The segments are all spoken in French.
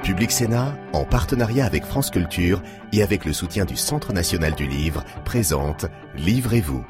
Public Sénat, en partenariat avec France Culture et avec le soutien du Centre national du livre, présente Livrez-vous.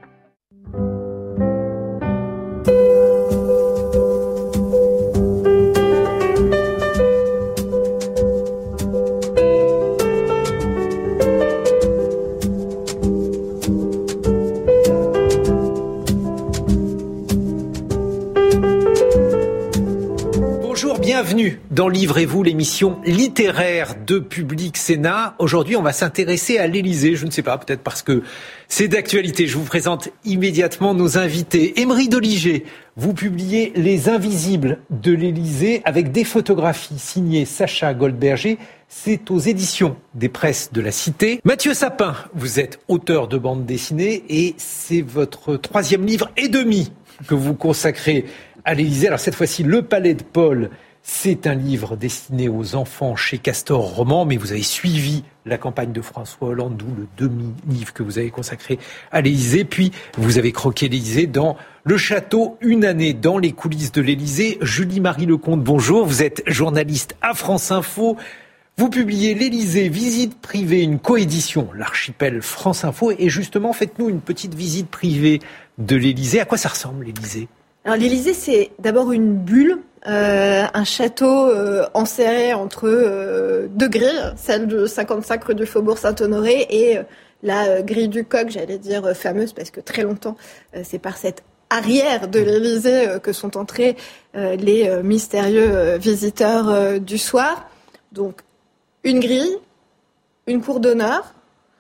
Bienvenue dans Livrez-vous, l'émission littéraire de Public Sénat. Aujourd'hui, on va s'intéresser à l'Élysée. Je ne sais pas, peut-être parce que c'est d'actualité. Je vous présente immédiatement nos invités. Aymeri Doligé, vous publiez Les Invisibles de l'Élysée avec des photographies signées Sacha Goldberger. C'est aux éditions des Presses de la Cité. Mathieu Sapin, vous êtes auteur de bande dessinée et c'est votre 3e livre et demi que vous consacrez à l'Élysée. Alors cette fois-ci, Le Palais de Paul. C'est un livre destiné aux enfants chez Castor Roman, mais vous avez suivi la campagne de François Hollande, d'où le demi-livre que vous avez consacré à l'Élysée. Puis, vous avez croqué l'Élysée dans le château, une année dans les coulisses de l'Élysée. Julie-Marie Lecomte, bonjour. Vous êtes journaliste à France Info. Vous publiez l'Élysée, visite privée, une coédition, l'archipel France Info. Et justement, faites-nous une petite visite privée de l'Élysée. À quoi ça ressemble, l'Élysée ? Alors, l'Élysée, c'est d'abord une bulle. Un château enserré entre deux grilles, celle de 55 rue du Faubourg Saint-Honoré et la grille du Coq, j'allais dire fameuse parce que très longtemps c'est par cette arrière de l'Élysée que sont entrés les mystérieux visiteurs du soir. Donc une grille, une cour d'honneur,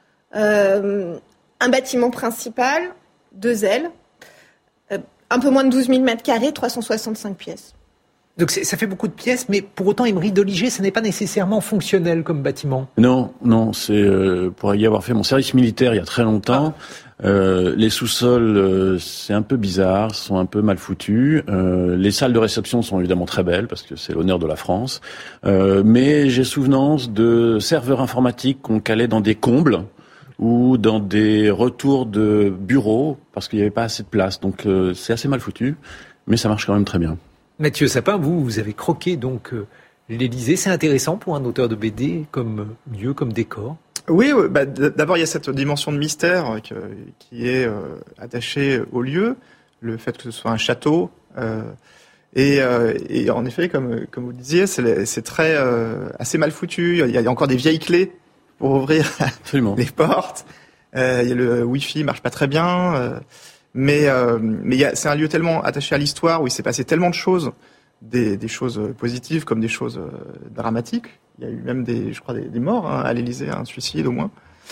un bâtiment principal, 2 ailes, un peu moins de 12 000 mètres carrés, 365 pièces. Donc ça fait beaucoup de pièces, mais pour autant, Aymeri Doligé, ça n'est pas nécessairement fonctionnel comme bâtiment. Non, c'est pour y avoir fait mon service militaire il y a très longtemps. Les sous-sols, c'est un peu bizarre, sont un peu mal foutus. Les salles de réception sont évidemment très belles parce que c'est l'honneur de la France. Mais j'ai souvenance de serveurs informatiques qu'on calait dans des combles ou dans des retours de bureaux parce qu'il n'y avait pas assez de place. Donc c'est assez mal foutu, mais ça marche quand même très bien. Mathieu Sapin, vous avez croqué donc l'Élysée. C'est intéressant pour un auteur de BD comme lieu, comme décor. Oui, d'abord il y a cette dimension de mystère qui est attachée au lieu, le fait que ce soit un château. Et en effet, comme vous le disiez, c'est très assez mal foutu. Il y a encore des vieilles clés pour ouvrir les portes. Le Wi-Fi marche pas très bien. Mais c'est un lieu tellement attaché à l'histoire où il s'est passé tellement de choses, des choses positives comme des choses dramatiques. Il y a eu même des morts à l'Élysée, un suicide au moins.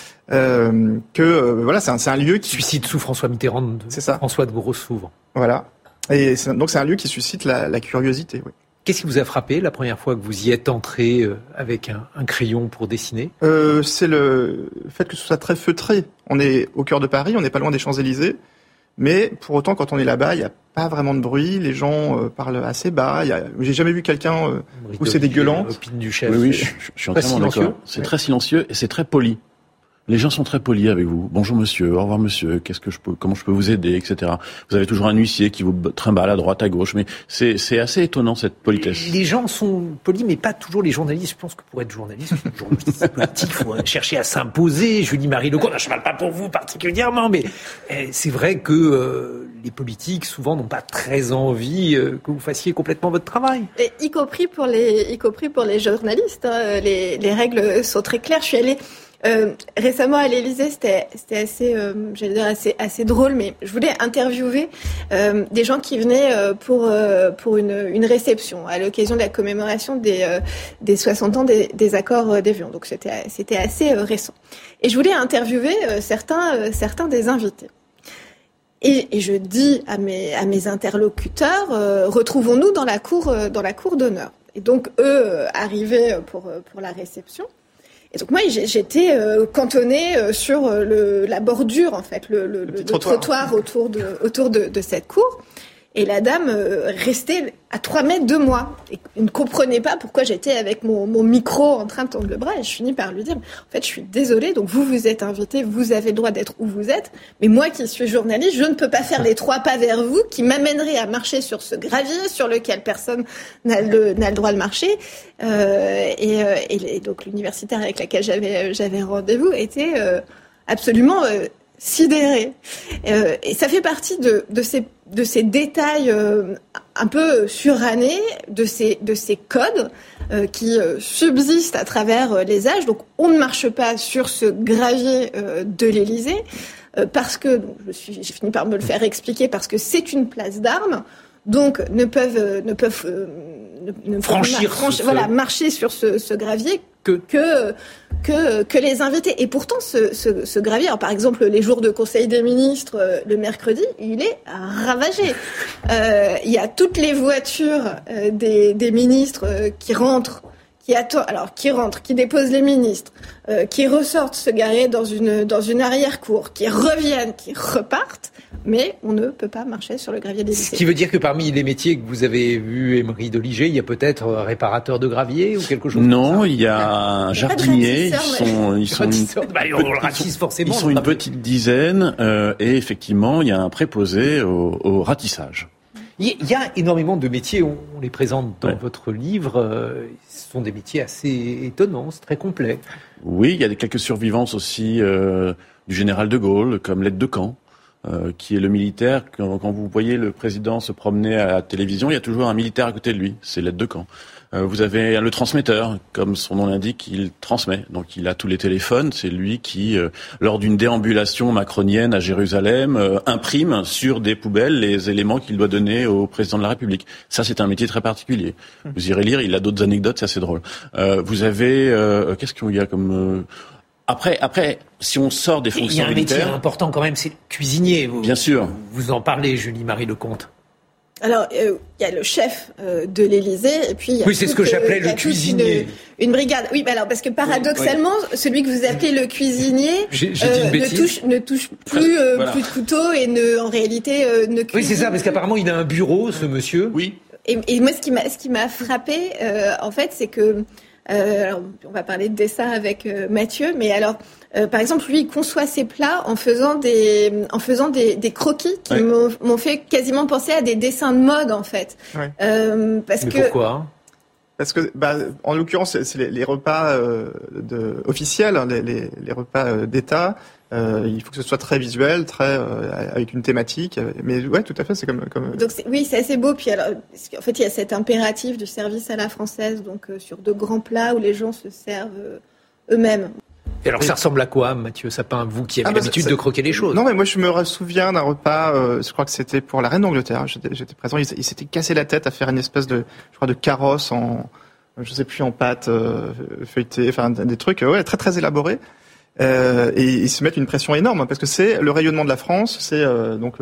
Voilà, c'est un lieu qui suicide sous François Mitterrand, François de Grossouvre. Voilà. Et donc c'est un lieu qui suscite la curiosité. Oui. Qu'est-ce qui vous a frappé la première fois que vous y êtes entré avec un crayon pour dessiner ? C'est le fait que ce soit très feutré. On est au cœur de Paris, on n'est pas loin des Champs-Élysées. Mais pour autant, quand on est là-bas, il n'y a pas vraiment de bruit. Les gens parlent assez bas. J'ai jamais vu quelqu'un pousser des gueulantes. Oui, je suis entièrement d'accord. C'est très silencieux et c'est très poli. Les gens sont très polis avec vous. Bonjour monsieur, au revoir monsieur, comment je peux vous aider, etc. Vous avez toujours un huissier qui vous trimballe à droite, à gauche, mais c'est assez étonnant cette politesse. Les gens sont polis, mais pas toujours les journalistes. Je pense que pour être journaliste politique, il faut chercher à s'imposer. Julie-Marie Lecomte, je ne parle pas pour vous particulièrement, mais c'est vrai que les politiques souvent n'ont pas très envie que vous fassiez complètement votre travail. Et y compris pour les journalistes, hein, les règles sont très claires. Je suis allée récemment à l'Élysée, c'était assez drôle, mais je voulais interviewer des gens qui venaient pour une réception à l'occasion de la commémoration des 60 ans des accords d'Évian. Donc c'était assez récent. Et je voulais interviewer certains des invités. Et je dis à mes interlocuteurs, retrouvons-nous dans la cour d'honneur. Et donc eux arrivaient pour la réception. Et donc moi j'étais cantonnée sur la bordure en fait, le trottoir autour de cette cour. Et la dame restait à 3 mètres de moi. Et il ne comprenait pas pourquoi j'étais avec mon micro en train de tendre le bras. Et je finis par lui dire, en fait, je suis désolée, donc vous êtes invité, vous avez le droit d'être où vous êtes. Mais moi qui suis journaliste, je ne peux pas faire les 3 pas vers vous qui m'amèneraient à marcher sur ce gravier sur lequel personne n'a le droit de marcher. Et donc l'universitaire avec laquelle j'avais rendez-vous était absolument sidéré. Et ça fait partie de ces détails un peu surannés, de ces codes qui subsistent à travers les âges. Donc on ne marche pas sur ce gravier de l'Élysée parce que, j'ai fini par me le faire expliquer, parce que c'est une place d'armes. Donc ne peuvent marcher sur ce gravier que les invités. Et pourtant, ce gravier, alors par exemple, les jours de Conseil des ministres, le mercredi, il est ravagé. Il y a toutes les voitures des ministres qui rentrent, qui déposent les ministres, qui ressortent se garer dans une arrière-cour, qui reviennent, qui repartent, mais on ne peut pas marcher sur le gravier des lycées. Ce qui veut dire que parmi les métiers que vous avez vus, Aymeri Doligé, il y a peut-être réparateur de gravier ou quelque chose non, comme ça. Il y a un jardinier, ils sont une petite dizaine, et effectivement, il y a un préposé au ratissage. Il y a énormément de métiers, on les présente dans votre livre, ce sont des métiers assez étonnants, c'est très complet. Oui, il y a quelques survivances aussi du général de Gaulle, comme l'aide de camp, qui est le militaire. Quand vous voyez le président se promener à la télévision, il y a toujours un militaire à côté de lui, c'est l'aide de camp. Vous avez le transmetteur, comme son nom l'indique, il transmet. Donc il a tous les téléphones, c'est lui qui, lors d'une déambulation macronienne à Jérusalem, imprime sur des poubelles les éléments qu'il doit donner au président de la République. Ça, c'est un métier très particulier. Vous irez lire, il a d'autres anecdotes, c'est assez drôle. Vous avez... qu'est-ce qu'il y a comme... Après, si on sort des fonctions militaires... Il y a un métier important quand même, c'est le cuisinier. Bien sûr. Vous en parlez, Julie-Marie Lecomte. Alors, il y a le chef de l'Élysée, et puis il y a c'est ce que j'appelais le cuisinier. Une brigade. Oui, mais alors parce que paradoxalement, celui que vous appelez le cuisinier ne touche plus de couteau et en réalité ne cuisine. Oui, c'est ça, parce qu'apparemment il a un bureau, ce monsieur. Oui. Et moi, ce qui m'a frappé, en fait, c'est que alors, on va parler de dessin avec Mathieu, mais alors. Par exemple, lui, il conçoit ses plats en faisant des croquis qui m'ont fait quasiment penser à des dessins de mode, en fait. Ouais. Pourquoi ? Parce que, en l'occurrence, c'est les repas officiels, hein, les repas d'État. Il faut que ce soit très visuel, avec une thématique. Mais ouais, tout à fait, c'est comme. Donc c'est assez beau. Puis alors, en fait, il y a cet impératif du service à la française, donc sur de grands plats où les gens se servent eux-mêmes. Et alors ça ressemble à quoi, Mathieu Sapin, vous qui avez l'habitude de croquer les choses? Non, mais moi je me souviens d'un repas, je crois que c'était pour la reine d'Angleterre, j'étais présent, il s'était cassé la tête à faire une espèce de carrosse en pâte feuilletée, enfin des trucs très très élaborés. Et ils se mettent une pression énorme parce que c'est le rayonnement de la France, c'est donc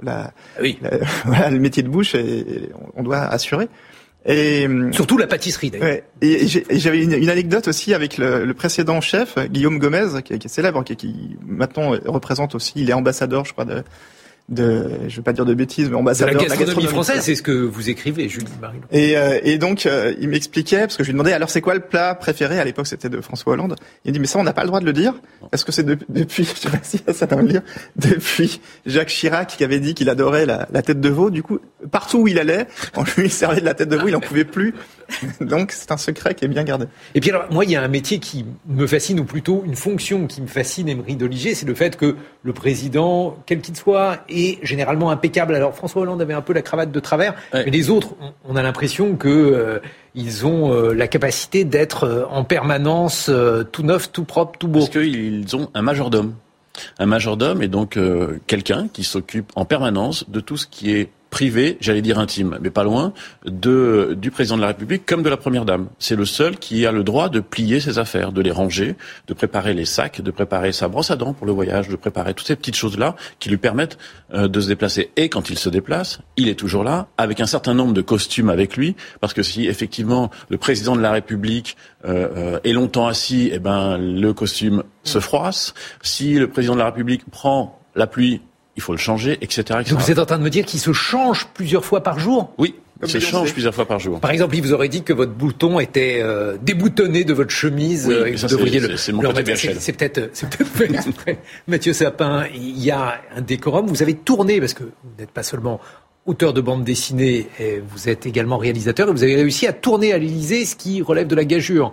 le métier de bouche et on doit assurer. Et surtout la pâtisserie d'ailleurs. Ouais, et j'avais une anecdote aussi avec le précédent chef, Guillaume Gomez, qui est célèbre, qui maintenant représente aussi, il est ambassadeur, je crois, je veux pas dire de bêtises, mais ambassadeur de la gastronomie française, c'est ce que vous écrivez, Julie-Marie. Et donc, il m'expliquait, parce que je lui demandais, alors c'est quoi le plat préféré? À l'époque, c'était de François Hollande. Il me dit, mais ça, on n'a pas le droit de le dire, parce que c'est depuis, je sais pas si ça va le dire, depuis Jacques Chirac, qui avait dit qu'il adorait la tête de veau. Du coup, partout où il allait, on lui servait de la tête de veau, il en pouvait plus. Donc, c'est un secret qui est bien gardé. Et puis alors, moi, il y a un métier qui me fascine, ou plutôt une fonction qui me fascine, Aymeri Doligé, c'est le fait que le président, quel qu'il soit, est généralement impeccable. Alors François Hollande avait un peu la cravate de travers, mais les autres, on a l'impression que ils ont la capacité d'être en permanence tout neuf, tout propre, tout beau. Parce qu'ils ont un majordome. Un majordome est donc quelqu'un qui s'occupe en permanence de tout ce qui est privé, j'allais dire intime, mais pas loin, du président de la République comme de la première dame. C'est le seul qui a le droit de plier ses affaires, de les ranger, de préparer les sacs, de préparer sa brosse à dents pour le voyage, de préparer toutes ces petites choses-là qui lui permettent de se déplacer. Et quand il se déplace, il est toujours là, avec un certain nombre de costumes avec lui, parce que si effectivement le président de la République est longtemps assis, eh ben le costume se froisse. Si le président de la République prend la pluie, il faut le changer, etc. Donc vous êtes en train de me dire qu'il se change plusieurs fois par jour ? Oui. Il se change plusieurs fois par jour. Par exemple, il vous aurait dit que votre bouton était déboutonné de votre chemise. Oui, et que vous devriez c'est mon côté BHL. C'est peut-être fait exprès. Mathieu Sapin, il y a un décorum. Vous avez tourné, parce que vous n'êtes pas seulement auteur de bande dessinée, et vous êtes également réalisateur, et vous avez réussi à tourner à l'Élysée, ce qui relève de la gageure.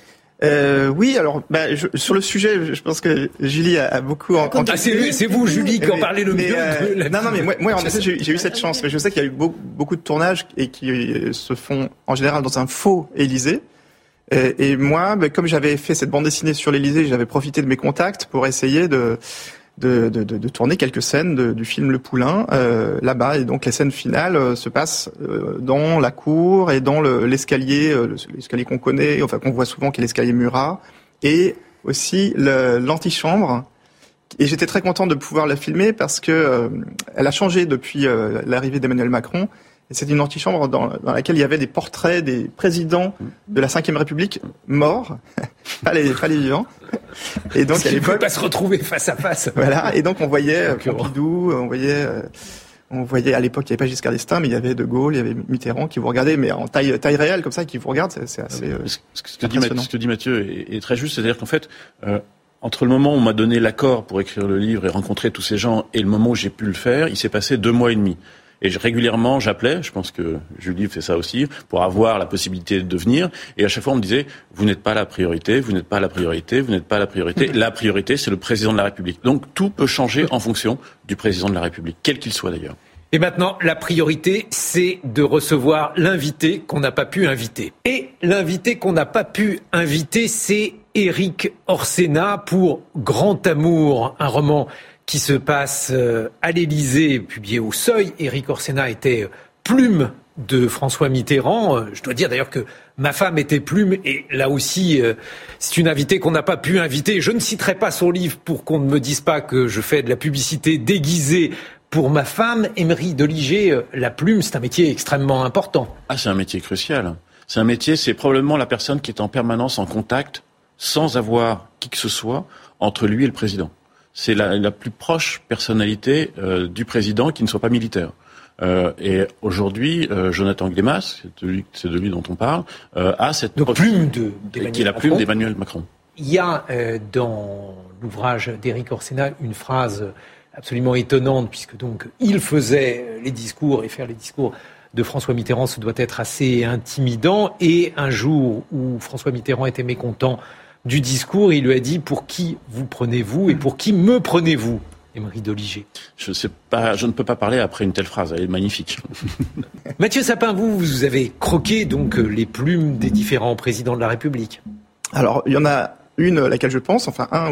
Oui, alors sur le sujet, je pense que Julie a beaucoup c'est vous, Julie, qui en parlez le mieux. Non, mais moi, en effet, j'ai eu cette chance. Mais je sais qu'il y a eu beaucoup de tournages et qui se font en général dans un faux Élysée. Et moi, comme j'avais fait cette bande dessinée sur l'Élysée, j'avais profité de mes contacts pour essayer de tourner quelques scènes du film Le Poulain là-bas, et donc les scènes finales se passent dans la cour et dans l'escalier qu'on connaît, enfin qu'on voit souvent, qui est l'escalier Murat, et aussi l'antichambre. Et j'étais très content de pouvoir la filmer parce que elle a changé depuis l'arrivée d'Emmanuel Macron. Et c'est une antichambre dans laquelle il y avait des portraits des présidents de la Ve République morts, pas les vivants. Et donc, ils ne pouvaient pas se retrouver face à face. Voilà. Et donc, on voyait Pompidou, on voyait à l'époque, il n'y avait pas Giscard d'Estaing, mais il y avait De Gaulle, il y avait Mitterrand qui vous regardaient, mais en taille réelle, comme ça, qui vous regardent, c'est assez ce que dit Mathieu est très juste, c'est-à-dire qu'en fait, entre le moment où on m'a donné l'accord pour écrire le livre et rencontrer tous ces gens et le moment où j'ai pu le faire, il s'est passé 2 mois et demi. Et régulièrement, j'appelais, je pense que Julie fait ça aussi, pour avoir la possibilité de venir. Et à chaque fois, on me disait, vous n'êtes pas la priorité, vous n'êtes pas la priorité, vous n'êtes pas la priorité. La priorité, c'est le président de la République. Donc, tout peut changer en fonction du président de la République, quel qu'il soit d'ailleurs. Et maintenant, la priorité, c'est de recevoir l'invité qu'on n'a pas pu inviter. Et l'invité qu'on n'a pas pu inviter, c'est Éric Orsena pour Grand Amour, un roman qui se passe à l'Élysée, publié au Seuil. Éric Orsena était plume de François Mitterrand. Je dois dire d'ailleurs que ma femme était plume, et là aussi, c'est une invitée qu'on n'a pas pu inviter. Je ne citerai pas son livre pour qu'on ne me dise pas que je fais de la publicité déguisée pour ma femme. Emery Doliger, la plume, c'est un métier extrêmement important. Ah, c'est un métier crucial. C'est probablement la personne qui est en permanence en contact, sans avoir qui que ce soit, entre lui et le président. C'est la plus proche personnalité du président qui ne soit pas militaire. Et aujourd'hui, Jonathan Glemas, c'est de lui dont on parle, a cette plume qui est la plume d'Emmanuel Macron. Il y a dans l'ouvrage d'Éric Orsena une phrase absolument étonnante, puisque donc il faisait les discours, et faire les discours de François Mitterrand, ça doit être assez intimidant. Et un jour où François Mitterrand était mécontent du discours, il lui a dit « Pour qui vous prenez-vous et pour qui me prenez-vous ?» Emery Doliger. Je ne peux pas parler après une telle phrase, elle est magnifique. Mathieu Sapin, vous avez croqué donc les plumes des différents présidents de la République. Alors, il y en a un auquel je pense,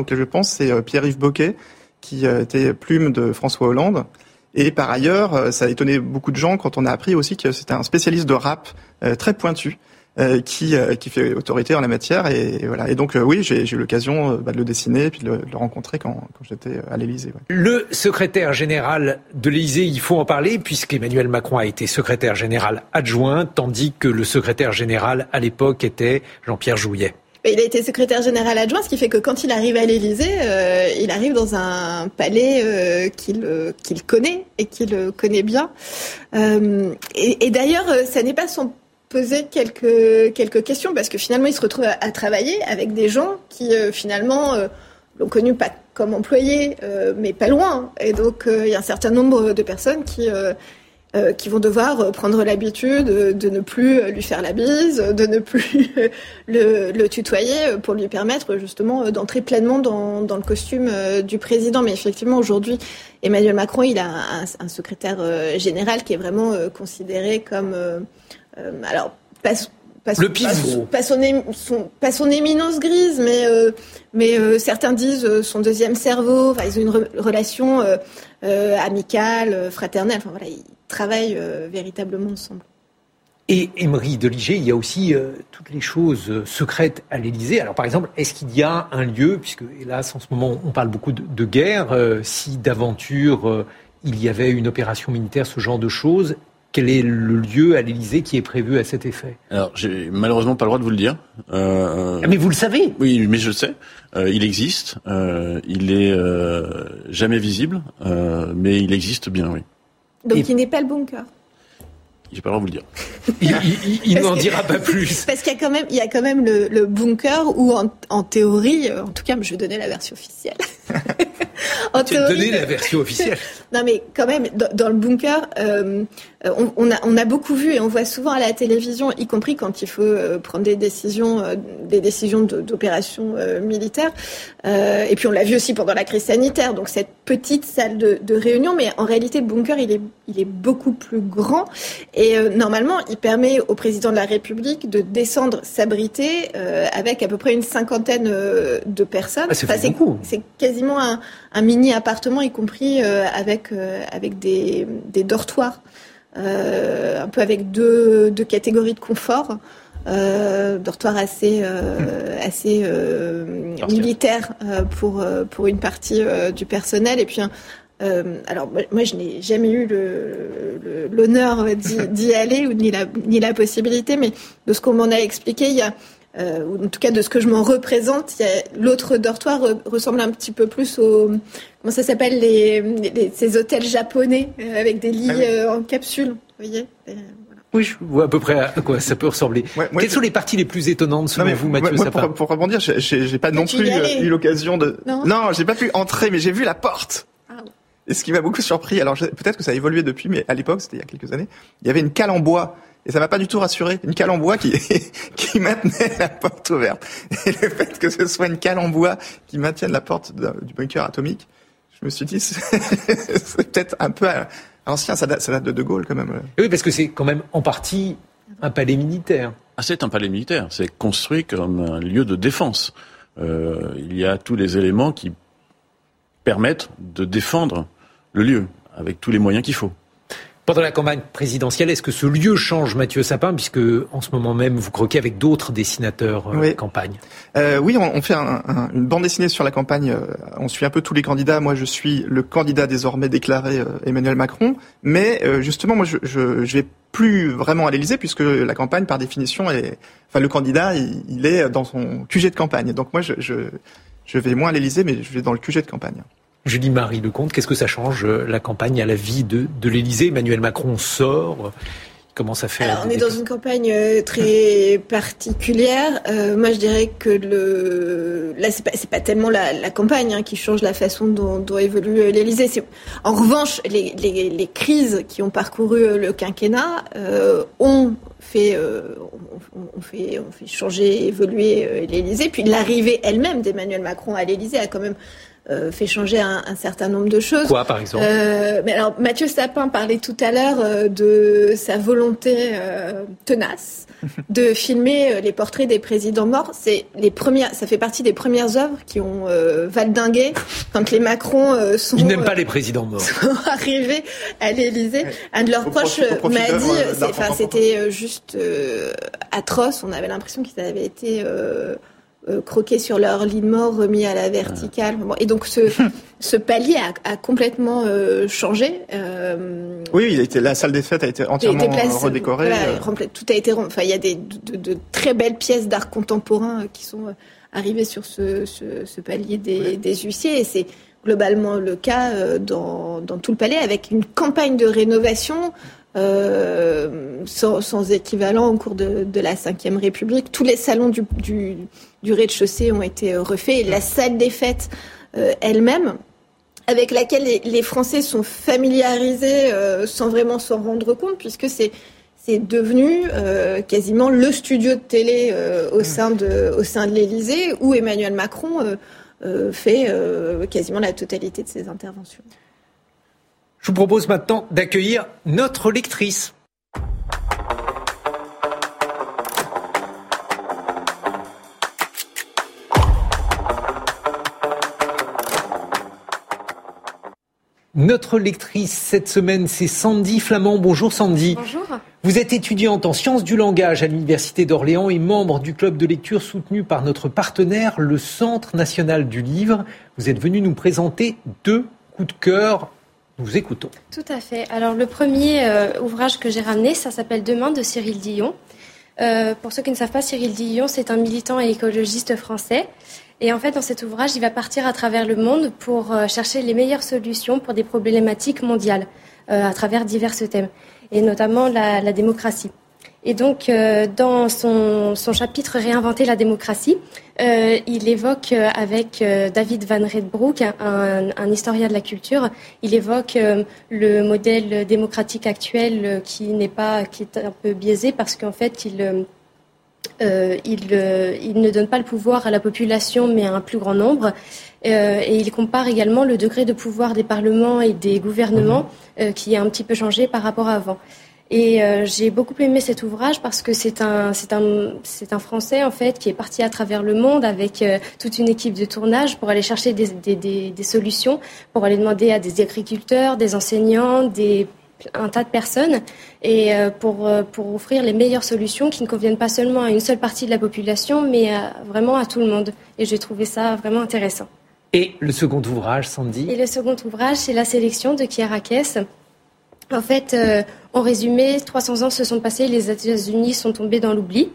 c'est Pierre-Yves Bocquet, qui était plume de François Hollande. Et par ailleurs, ça a étonné beaucoup de gens quand on a appris aussi que c'était un spécialiste de rap très pointu, qui fait autorité en la matière, et voilà. Et donc oui, j'ai eu l'occasion de le dessiner et puis de le rencontrer quand j'étais à l'Élysée. Ouais. Le secrétaire général de l'Élysée, il faut en parler, puisqu'Emmanuel Macron a été secrétaire général adjoint, tandis que le secrétaire général à l'époque était Jean-Pierre Jouyet. Il a été secrétaire général adjoint, ce qui fait que quand il arrive à l'Élysée, il arrive dans un palais qu'il connaît et qu'il connaît bien. Et d'ailleurs, ça n'est pas sans poser quelques questions, parce que finalement, il se retrouve à travailler avec des gens qui, finalement, l'ont connu pas comme employé, mais pas loin. Et donc, il y a un certain nombre de personnes qui vont devoir prendre l'habitude de ne plus lui faire la bise, de ne plus le tutoyer, pour lui permettre justement d'entrer pleinement dans le costume du président. Mais effectivement, aujourd'hui, Emmanuel Macron, il a un secrétaire général qui est vraiment considéré comme... alors, pas son éminence grise, mais certains disent son deuxième cerveau. Enfin, ils ont une relation amicale, fraternelle. Enfin voilà, ils travaillent véritablement ensemble. Et Emery Doliger, il y a aussi toutes les choses secrètes à l'Élysée. Alors par exemple, est-ce qu'il y a un lieu, puisque hélas en ce moment on parle beaucoup de guerre, si d'aventure il y avait une opération militaire, ce genre de choses, quel est le lieu à l'Élysée qui est prévu à cet effet ? Alors, j'ai malheureusement pas le droit de vous le dire. Mais vous le savez ? Oui, mais je le sais. Il existe. Il est jamais visible, mais il existe bien, oui. Donc il n'est pas le bunker ? J'ai pas le droit de vous le dire. Il n'en dira pas plus. Parce qu'il y a quand même le bunker où, en théorie, en tout cas, je vais donner la version officielle. Tu vas donner la version officielle. Non, mais quand même, dans le bunker, on a beaucoup vu et on voit souvent à la télévision, y compris quand il faut prendre des décisions d'opérations militaires. Et puis on l'a vu aussi pendant la crise sanitaire. Donc cette petite salle de réunion, mais en réalité, le bunker, il est beaucoup plus grand. Et normalement, il permet au président de la République de descendre, s'abriter avec à peu près une cinquantaine de personnes. Ah, c'est beaucoup. C'est quasiment un mini appartement, y compris avec des dortoirs, un peu avec deux catégories de confort. Dortoirs assez militaires pour une partie du personnel, et puis alors moi je n'ai jamais eu l'honneur d'y aller ou ni la possibilité, mais de ce qu'on m'en a expliqué, il y a ou en tout cas de ce que je m'en représente, l'autre dortoir ressemble un petit peu plus comment ça s'appelle, ces hôtels japonais avec des lits en capsule, vous voyez. Oui, je vois à peu près à quoi ça peut ressembler. Quelles sont les parties les plus étonnantes selon vous, Mathieu Sapin ? Pour rebondir, j'ai pas non plus eu l'occasion de... Non, j'ai pas pu entrer, mais j'ai vu la porte. Et ce qui m'a beaucoup surpris, alors peut-être que ça a évolué depuis, mais à l'époque, c'était il y a quelques années, il y avait une cale en bois. Et ça m'a pas du tout rassuré. Une cale en bois qui maintenait la porte ouverte. Et le fait que ce soit une cale en bois qui maintienne la porte du bunker atomique, je me suis dit, c'est peut-être un peu ancien, ça date de Gaulle quand même. Oui, parce que c'est quand même en partie un palais militaire. Ah, c'est un palais militaire. C'est construit comme un lieu de défense. Il y a tous les éléments qui permettent de défendre le lieu avec tous les moyens qu'il faut. Pendant la campagne présidentielle, est-ce que ce lieu change, Mathieu Sapin, puisque en ce moment même vous croquez avec d'autres dessinateurs campagne ? Oui, on fait une bande dessinée sur la campagne. On suit un peu tous les candidats. Moi, je suis le candidat désormais déclaré Emmanuel Macron. Mais justement, moi, je vais plus vraiment à l'Élysée, puisque la campagne, par définition, le candidat, il est dans son QG de campagne. Donc moi, je vais moins à l'Élysée, mais je vais dans le QG de campagne. Julie-Marie Lecomte, qu'est-ce que ça change, la campagne, à la vie de l'Élysée ? Emmanuel Macron sort, il commence à faire... Alors, on est dans une campagne très particulière. Moi, je dirais que là, c'est pas tellement la campagne qui change la façon dont évolue l'Élysée. En revanche, les crises qui ont parcouru le quinquennat ont fait changer, évoluer l'Élysée. Puis l'arrivée elle-même d'Emmanuel Macron à l'Élysée a quand même fait changer un certain nombre de choses. Quoi, par exemple ? Mais alors, Mathieu Sapin parlait tout à l'heure de sa volonté tenace de filmer les portraits des présidents morts. Ça fait partie des premières œuvres qui ont valdingué quand les Macron sont... Ils n'aiment pas les présidents morts. Sont arrivés à l'Élysée. Un de leurs proches m'a dit, c'était juste atroce. On avait l'impression qu'ils avaient été... croqués sur leur lit de mort, remis à la verticale. Et donc ce palier a complètement changé. Oui, la salle des fêtes a été entièrement redécorée. Voilà, tout a été... Enfin, il y a de très belles pièces d'art contemporain qui sont arrivées sur ce palier des huissiers. Et c'est globalement le cas dans tout le palais, avec une campagne de rénovation sans équivalent au cours de la Ve République. Tous les salons du rez-de-chaussée ont été refaits. Et la salle des fêtes elle-même, avec laquelle les Français sont familiarisés sans vraiment s'en rendre compte, puisque c'est devenu quasiment le studio de télé au sein de l'Élysée, où Emmanuel Macron fait quasiment la totalité de ses interventions. Je vous propose maintenant d'accueillir notre lectrice. Notre lectrice cette semaine, c'est Sandy Flamand. Bonjour Sandy. Bonjour. Vous êtes étudiante en sciences du langage à l'Université d'Orléans et membre du club de lecture soutenu par notre partenaire, le Centre national du livre. Vous êtes venue nous présenter 2 coups de cœur. Nous vous écoutons. Tout à fait. Alors le premier ouvrage que j'ai ramené, ça s'appelle Demain de Cyril Dion. Pour ceux qui ne savent pas, Cyril Dion, c'est un militant et écologiste français. Et en fait, dans cet ouvrage, il va partir à travers le monde pour chercher les meilleures solutions pour des problématiques mondiales à travers divers thèmes. et notamment la démocratie. Et donc, dans son chapitre « Réinventer la démocratie », il évoque avec David Van Redbroek, un historien de la culture, il évoque le modèle démocratique actuel qui est un peu biaisé parce qu'en fait, il ne donne pas le pouvoir à la population mais à un plus grand nombre. Et il compare également le degré de pouvoir des parlements et des gouvernements qui a un petit peu changé par rapport à avant. Et j'ai beaucoup aimé cet ouvrage parce que c'est un Français en fait qui est parti à travers le monde avec toute une équipe de tournage pour aller chercher des solutions, pour aller demander à des agriculteurs, des enseignants, un tas de personnes, et pour offrir les meilleures solutions qui ne conviennent pas seulement à une seule partie de la population, mais vraiment à tout le monde. Et j'ai trouvé ça vraiment intéressant. Et le second ouvrage, Sandy ? Et le second ouvrage, c'est La sélection de Kiera Kess. En fait, en résumé, 300 ans se sont passés, les États-Unis sont tombés dans l'oubli.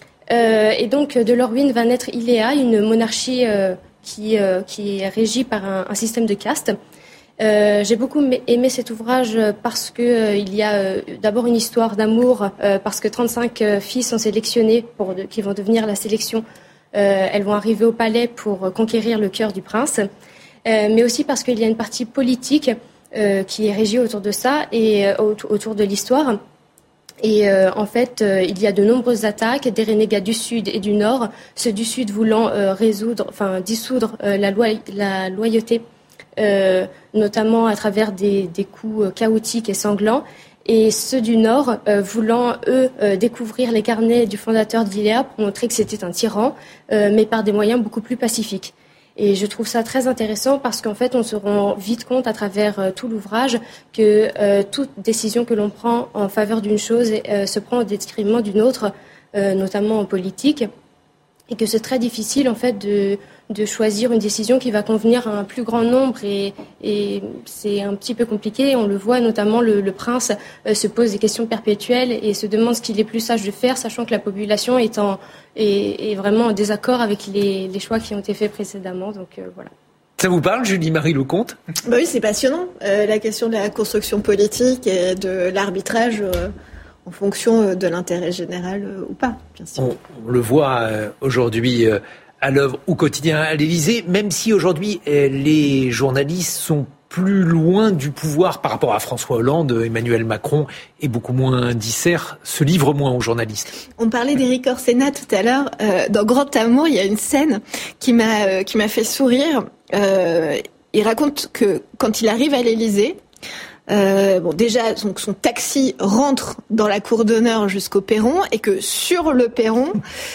Et donc, de leur ruine va naître ILEA, une monarchie qui est régie par un système de caste. J'ai beaucoup aimé cet ouvrage parce que il y a d'abord une histoire d'amour, parce que 35 filles sont sélectionnées qui vont devenir la sélection. Elles vont arriver au palais pour conquérir le cœur du prince. Mais aussi parce qu'il y a une partie politique qui est régie autour de ça et autour de l'histoire. Et en fait, il y a de nombreuses attaques des renégats du Sud et du Nord, ceux du Sud voulant dissoudre la loyauté, notamment à travers des coups chaotiques et sanglants, et ceux du Nord voulant, eux, découvrir les carnets du fondateur d'ILEA pour montrer que c'était un tyran, mais par des moyens beaucoup plus pacifiques. Et je trouve ça très intéressant parce qu'en fait, on se rend vite compte à travers tout l'ouvrage que toute décision que l'on prend en faveur d'une chose se prend au détriment d'une autre, notamment en politique, et que c'est très difficile en fait de choisir une décision qui va convenir à un plus grand nombre, et c'est un petit peu compliqué. On le voit notamment, le prince se pose des questions perpétuelles et se demande ce qu'il est plus sage de faire, sachant que la population est vraiment en désaccord avec les choix qui ont été faits précédemment. Donc voilà. Ça vous parle, Julie-Marie Lecomte ? Bah oui, c'est passionnant. La question de la construction politique et de l'arbitrage en fonction de l'intérêt général ou pas, bien sûr. On le voit aujourd'hui à l'œuvre au quotidien à l'Élysée, même si aujourd'hui les journalistes sont plus loin du pouvoir par rapport à François Hollande, Emmanuel Macron est beaucoup moins disert, se livre moins aux journalistes. On parlait d'Éric Orsena tout à l'heure. Dans Grand Amour, il y a une scène qui m'a fait sourire. Il raconte que quand il arrive à l'Élysée, déjà, son taxi rentre dans la cour d'honneur jusqu'au perron, et que sur le perron,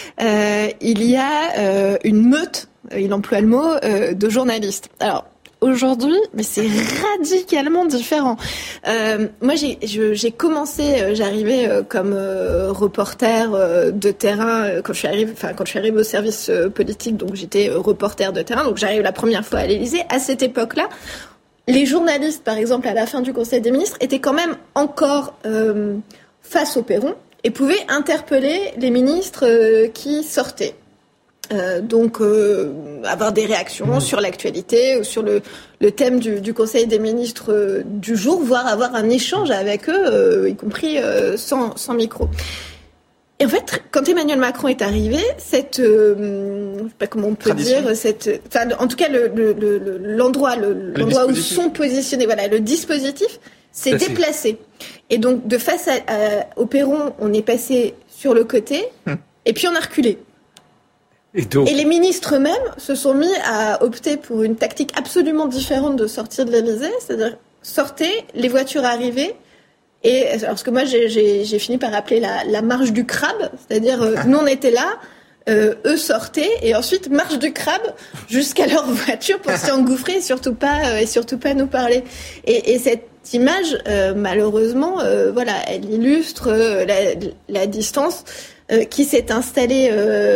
il y a une meute, il emploie le mot, de journalistes. Alors, aujourd'hui, mais c'est radicalement différent. Moi, j'ai commencé, j'arrivais comme reporter de terrain quand je suis arrivée au service politique, donc j'étais reporter de terrain, donc j'arrive la première fois à l'Élysée. À cette époque-là, les journalistes, par exemple, à la fin du Conseil des ministres, étaient quand même encore face au perron et pouvaient interpeller les ministres qui sortaient. Donc, avoir des réactions sur l'actualité ou sur le thème du Conseil des ministres du jour, voire avoir un échange avec eux, y compris sans micro. Et en fait, quand Emmanuel Macron est arrivé, je sais pas comment on peut dire, en tout cas l'endroit où sont positionnés, voilà, le dispositif s'est déplacé. Et donc de face au perron, on est passé sur le côté, et puis on a reculé. Et les ministres eux-mêmes se sont mis à opter pour une tactique absolument différente de sortir de l'Élysée, c'est-à-dire sortez, les voitures arrivaient. Et parce que moi j'ai fini par appeler la marche du crabe, c'est-à-dire nous on était là, eux sortaient, et ensuite marche du crabe jusqu'à leur voiture pour s'y engouffrer et surtout pas nous parler. Et cette image malheureusement voilà, elle illustre la distance qui s'est installée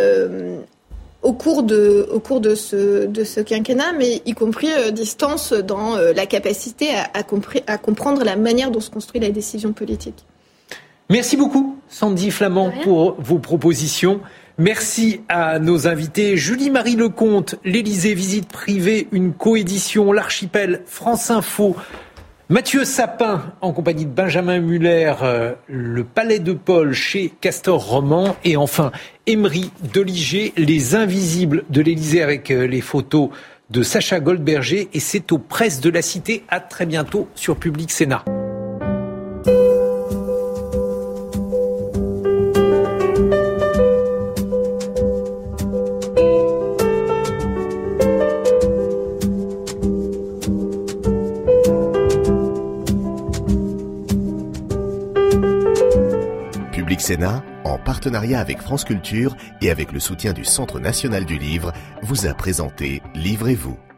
au cours de ce quinquennat, mais y compris distance dans la capacité à comprendre la manière dont se construit la décision politique. Merci beaucoup, Sandy Flamand, pour vos propositions. Merci à nos invités. Julie-Marie Lecomte, l'Élysée, visite privée, une coédition, l'Archipel, France Info, Mathieu Sapin, en compagnie de Benjamin Muller, le Palais de Paul chez Castor Roman. Et enfin, Emery Doliger, Les Invisibles de l'Élysée avec les photos de Sacha Goldberger. Et c'est aux Presses de la Cité. À très bientôt sur Public Sénat. Public Sénat, en partenariat avec France Culture et avec le soutien du Centre national du livre, vous a présenté Livrez-vous.